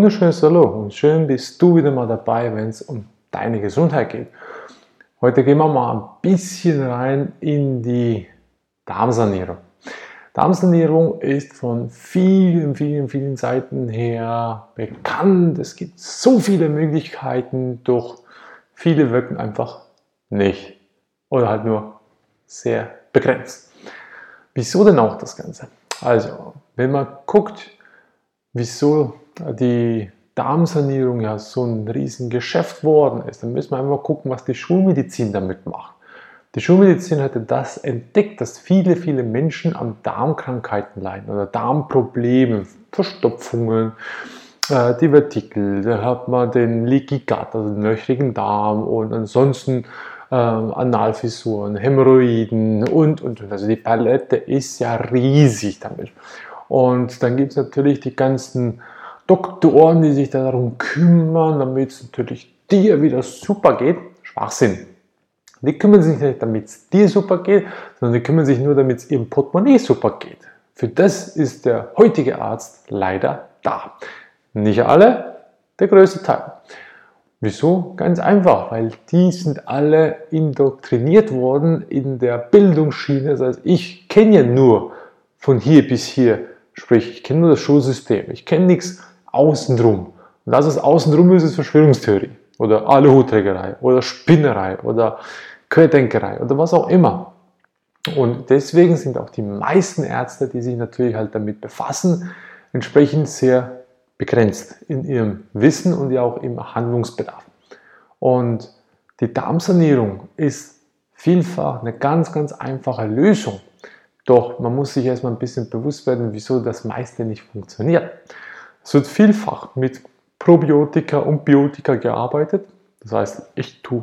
wunderschönes Hallo und schön bist du wieder mal dabei, wenn es um deine Gesundheit geht. Heute gehen wir mal ein bisschen rein in die Darmsanierung. Darmsanierung ist von vielen Seiten her bekannt. Es gibt so viele Möglichkeiten, doch viele wirken einfach nicht oder halt nur sehr begrenzt. Wieso denn auch das Ganze? Also, wenn man guckt, wieso die Darmsanierung ja so ein Riesengeschäft worden ist, dann müssen wir einfach gucken, was die Schulmedizin damit macht. Die Schulmedizin hatte das entdeckt, dass viele Menschen an Darmkrankheiten leiden oder Darmproblemen, Verstopfungen, Divertikel, da hat man den Leaky Gut, also den löchrigen Darm und ansonsten Analfissuren, Hämorrhoiden und. Also die Palette ist ja riesig damit. Und dann gibt es natürlich die ganzen Doktoren, die sich darum kümmern, damit es natürlich dir wieder super geht. Schwachsinn. Die kümmern sich nicht, damit es dir super geht, sondern die kümmern sich nur, damit es ihrem Portemonnaie super geht. Für das ist der heutige Arzt leider da. Nicht alle, der größte Teil. Wieso? Ganz einfach, weil die sind alle indoktriniert worden in der Bildungsschiene. Das heißt, ich kenne ja nur von hier bis hier, sprich, ich kenne nur das Schulsystem, ich kenne nichts außenrum. Und das, was außenrum ist, ist Verschwörungstheorie oder Aluhutträgerei oder Spinnerei oder Querdenkerei oder was auch immer. Und deswegen sind auch die meisten Ärzte, die sich natürlich halt damit befassen, entsprechend sehr begrenzt in ihrem Wissen und ja auch im Handlungsbedarf. Und die Darmsanierung ist vielfach eine ganz einfache Lösung. Doch man muss sich erstmal ein bisschen bewusst werden, wieso das meiste nicht funktioniert. Es wird vielfach mit Probiotika und Biotika gearbeitet. Das heißt, ich tue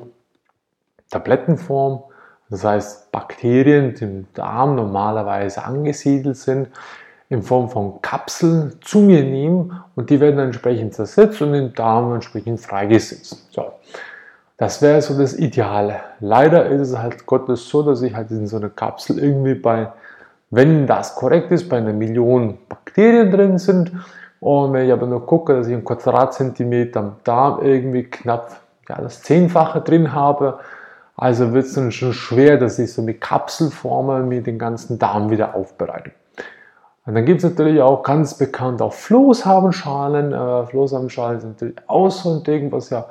Tablettenform, das heißt Bakterien, die im Darm normalerweise angesiedelt sind, in Form von Kapseln zu mir nehmen und die werden dann entsprechend zersetzt und im Darm entsprechend freigesetzt. So. Das wäre so das Ideale. Leider ist es halt Gottes so, dass ich halt in so einer Kapsel irgendwie wenn das korrekt ist, bei 1 Million Bakterien drin sind. Und wenn ich aber nur gucke, dass ich einen Quadratzentimeter am Darm irgendwie knapp das 10-fache drin habe, also wird es dann schon schwer, dass ich so mit Kapselformen mir den ganzen Darm wieder aufbereite. Und dann gibt es natürlich auch ganz bekannt auch Flohsamenschalen. Flohsamenschalen sind natürlich auch so ein Ding, was ja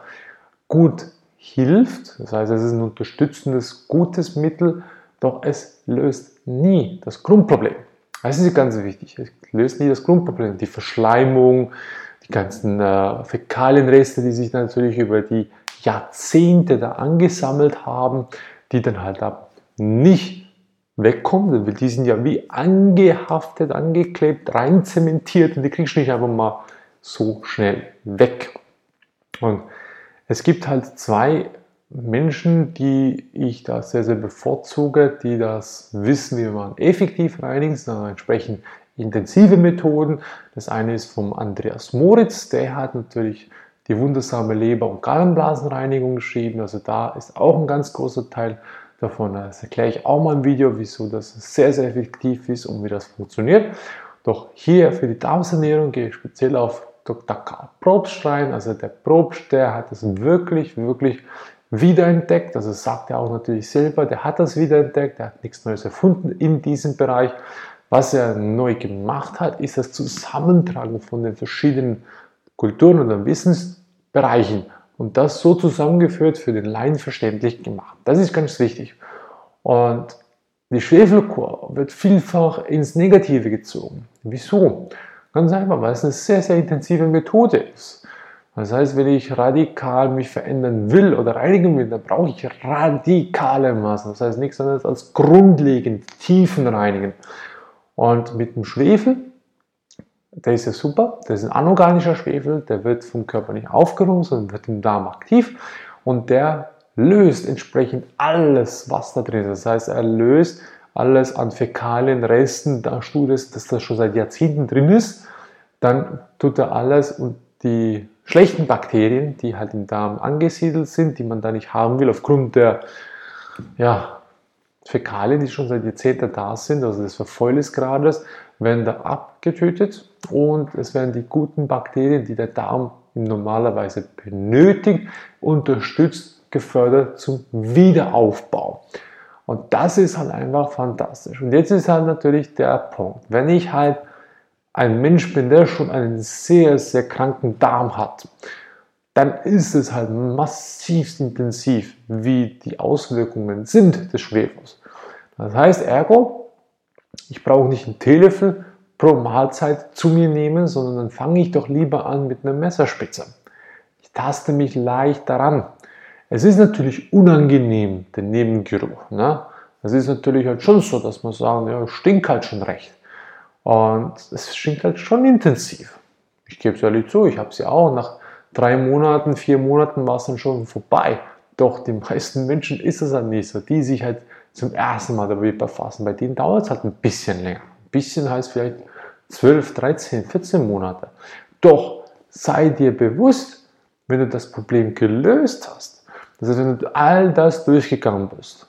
gut hilft. Das heißt, es ist ein unterstützendes, gutes Mittel, doch es löst nie das Grundproblem. Das ist ganz wichtig. Es löst nie das Grundproblem. Die Verschleimung, die ganzen Fäkalienreste, die sich natürlich über die Jahrzehnte da angesammelt haben, die dann halt nicht wegkommen, weil die sind ja wie angehaftet, angeklebt, rein zementiert und die kriegst du nicht einfach mal so schnell weg. Und es gibt halt 2 Menschen, die ich da sehr bevorzuge, die das wissen, wie man effektiv reinigt. Das sind entsprechend intensive Methoden. Das eine ist vom Andreas Moritz, der hat natürlich die wundersame Leber- und Gallenblasenreinigung geschrieben. Also da ist auch ein ganz großer Teil davon. Das erkläre ich auch mal im Video, wieso das sehr effektiv ist und wie das funktioniert. Doch hier für die Darmsanierung gehe ich speziell auf Dr. Karl Probst rein. Also der Probst, der hat das wirklich wiederentdeckt. Also sagt er auch natürlich selber, der hat das wiederentdeckt, der hat nichts Neues erfunden in diesem Bereich. Was er neu gemacht hat, ist das Zusammentragen von den verschiedenen Kulturen oder Wissensbereichen und das so zusammengeführt für den Laien verständlich gemacht. Das ist ganz wichtig. Und die Schwefelkur wird vielfach ins Negative gezogen. Wieso? Ganz einfach, weil es eine sehr intensive Methode ist. Das heißt, wenn ich radikal mich verändern will oder reinigen will, dann brauche ich radikale Maßnahmen. Das heißt nichts anderes als grundlegend tiefen reinigen. Und mit dem Schwefel, der ist ja super, der ist ein anorganischer Schwefel, der wird vom Körper nicht aufgenommen, sondern wird im Darm aktiv und der löst entsprechend alles, was da drin ist. Das heißt, er löst alles an Fäkalien, Resten, da das schon seit Jahrzehnten drin ist, dann tut er alles und die schlechten Bakterien, die halt im Darm angesiedelt sind, die man da nicht haben will, aufgrund der Fäkalien, die schon seit Jahrzehnten da sind, also des Verfäulnisgrades, werden da abgetötet und es werden die guten Bakterien, die der Darm normalerweise benötigt, unterstützt, gefördert zum Wiederaufbau. Und das ist halt einfach fantastisch. Und jetzt ist halt natürlich der Punkt, wenn ich halt ein Mensch bin, der schon einen sehr, sehr kranken Darm hat, dann ist es halt massiv intensiv, wie die Auswirkungen sind des Schwefels. Das heißt, ergo, ich brauche nicht einen Teelöffel pro Mahlzeit zu mir nehmen, sondern dann fange ich doch lieber an mit einer Messerspitze. Ich taste mich leicht daran. Es ist natürlich unangenehm, der Nebengeruch. Ne? Es ist natürlich halt schon so, dass man sagt, ja, stinkt halt schon recht. Und es stinkt halt schon intensiv. Ich gebe es ehrlich zu, ich habe es ja auch. Nach 3 Monaten, 4 Monaten war es dann schon vorbei. Doch die meisten Menschen ist es halt nicht so, die sich halt zum ersten Mal damit befassen. Bei denen dauert es halt ein bisschen länger. Ein bisschen heißt vielleicht 12, 13, 14 Monate. Doch sei dir bewusst, wenn du das Problem gelöst hast, das heißt, wenn du all das durchgegangen bist,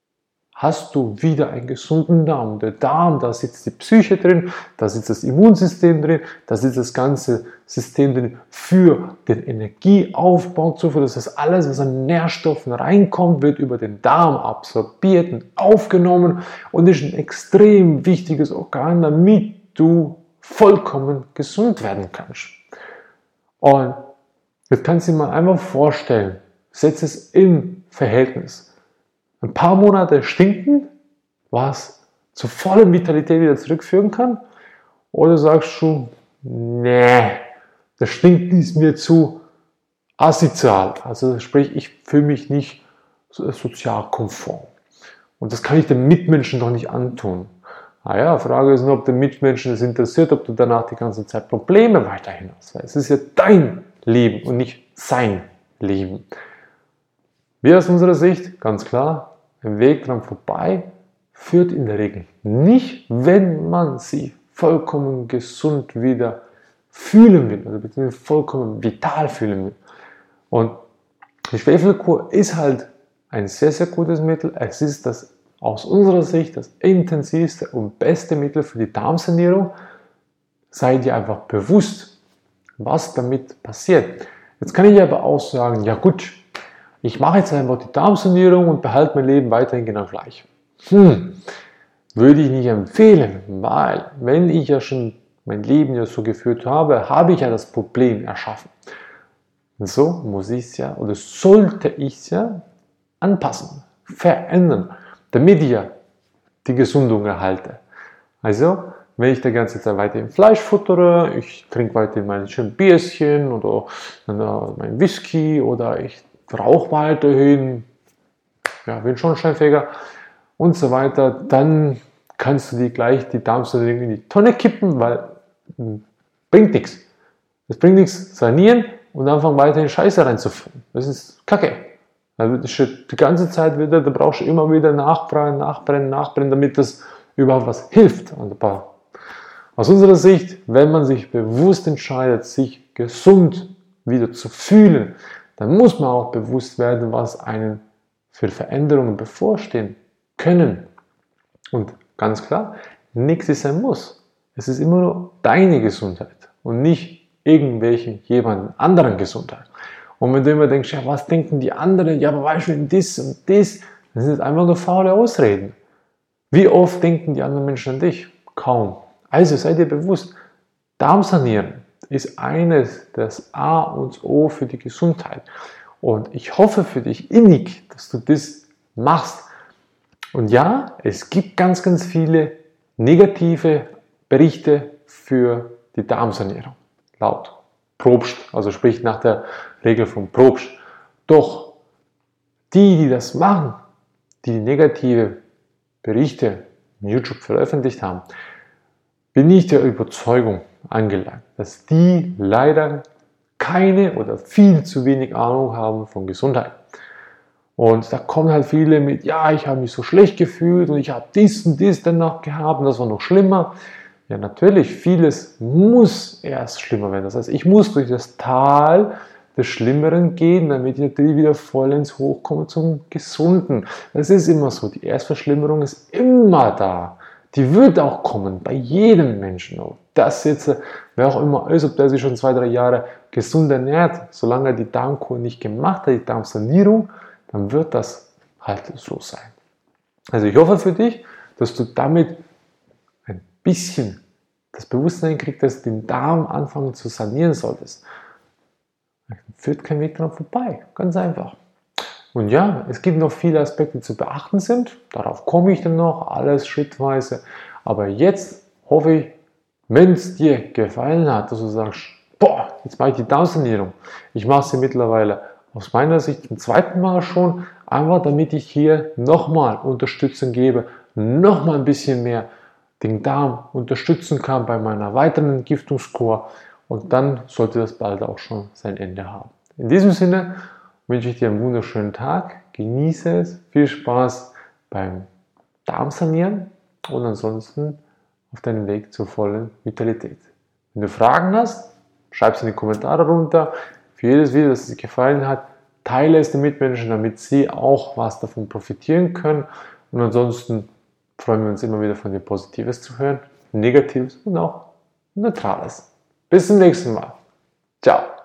hast du wieder einen gesunden Darm. Der Darm, da sitzt die Psyche drin, da sitzt das Immunsystem drin, da sitzt das ganze System drin für den Energieaufbau. Das heißt, alles, was an Nährstoffen reinkommt, wird über den Darm absorbiert und aufgenommen und ist ein extrem wichtiges Organ, damit du vollkommen gesund werden kannst. Und jetzt kannst du dir mal einfach vorstellen, setz es im Verhältnis. Ein paar Monate stinken, was zur vollen Vitalität wieder zurückführen kann, oder sagst du, nee, das Stinken ist mir zu asozial. Also sprich, ich fühle mich nicht sozial konform. Und das kann ich den Mitmenschen doch nicht antun. Naja, Frage ist nur, ob der Mitmenschen es interessiert, ob du danach die ganze Zeit Probleme weiterhin hast. Weil es ist ja dein Leben und nicht sein Leben. Wir aus unserer Sicht, ganz klar, ein Weg dran vorbei führt in der Regel nicht, wenn man sich vollkommen gesund wieder fühlen will, also beziehungsweise vollkommen vital fühlen will. Und die Schwefelkur ist halt ein sehr, sehr gutes Mittel. Es ist das aus unserer Sicht das intensivste und beste Mittel für die Darmsanierung. Sei dir einfach bewusst, was damit passiert. Jetzt kann ich aber auch sagen, ja gut, ich mache jetzt einfach die Darmsanierung und behalte mein Leben weiterhin genau gleich. Würde ich nicht empfehlen, weil wenn ich ja schon mein Leben ja so geführt habe, habe ich ja das Problem erschaffen. Und so muss ich es ja oder sollte ich es ja anpassen, verändern, damit ich ja die Gesundung erhalte. Also, wenn ich die ganze Zeit weiterhin Fleisch futtere, ich trinke weiterhin mein schönes Bierchen oder mein Whisky oder ich rauche weiterhin, ja, bin Schornsteinfeger und so weiter, dann kannst du dir gleich die Darmsanierung in die Tonne kippen, weil bringt nichts. Es bringt nichts sanieren und einfach weiterhin Scheiße reinzuführen. Das ist Kacke. Also die ganze Zeit wieder, da brauchst du immer wieder nachbrennen, damit das überhaupt was hilft. Und aus unserer Sicht, wenn man sich bewusst entscheidet, sich gesund wieder zu fühlen, dann muss man auch bewusst werden, was einen für Veränderungen bevorstehen können. Und ganz klar, nichts ist ein Muss. Es ist immer nur deine Gesundheit und nicht jemand anderen Gesundheit. Und wenn du immer denkst, ja, was denken die anderen? Ja, aber weißt du, das und das, das sind einfach nur faule Ausreden. Wie oft denken die anderen Menschen an dich? Kaum. Also sei dir bewusst, Darmsanieren ist eines das A und O für die Gesundheit. Und ich hoffe für dich innig, dass du das machst. Und ja, es gibt ganz, ganz viele negative Berichte für die Darmsanierung. Laut Probst, also sprich nach der Regel von Probst. Doch die das machen, die negative Berichte in YouTube veröffentlicht haben, bin ich der Überzeugung angelangt, dass die leider keine oder viel zu wenig Ahnung haben von Gesundheit. Und da kommen halt viele mit, ja, ich habe mich so schlecht gefühlt und ich habe dies und das danach gehabt und das war noch schlimmer. Ja, natürlich, vieles muss erst schlimmer werden. Das heißt, ich muss durch das Tal des Schlimmeren gehen, damit ich natürlich wieder vollends hochkomme zum Gesunden. Das ist immer so. Die Erstverschlimmerung ist immer da. Die wird auch kommen, bei jedem Menschen. Ob das jetzt, wer auch immer ist, ob der sich schon 2, 3 Jahre gesund ernährt, solange er die Darmkur nicht gemacht hat, die Darmsanierung, dann wird das halt so sein. Also ich hoffe für dich, dass du damit ein bisschen das Bewusstsein kriegst, dass du den Darm anfangen zu sanieren solltest. Da führt kein Weg dran vorbei, ganz einfach. Und ja, es gibt noch viele Aspekte, die zu beachten sind. Darauf komme ich dann noch, alles schrittweise. Aber jetzt hoffe ich, wenn es dir gefallen hat, dass du sagst, boah, jetzt mache ich die Darmsanierung. Ich mache sie mittlerweile aus meiner Sicht zum 2. Mal schon, einfach damit ich hier nochmal Unterstützung gebe, nochmal ein bisschen mehr den Darm unterstützen kann bei meiner weiteren Entgiftungskur. Und dann sollte das bald auch schon sein Ende haben. In diesem Sinne wünsche ich dir einen wunderschönen Tag, genieße es, viel Spaß beim Darmsanieren und ansonsten auf deinem Weg zur vollen Vitalität. Wenn du Fragen hast, schreib es in die Kommentare runter. Für jedes Video, das dir gefallen hat, teile es den Mitmenschen, damit sie auch was davon profitieren können. Und ansonsten freuen wir uns immer wieder von dir Positives zu hören, Negatives und auch Neutrales. Bis zum nächsten Mal. Ciao.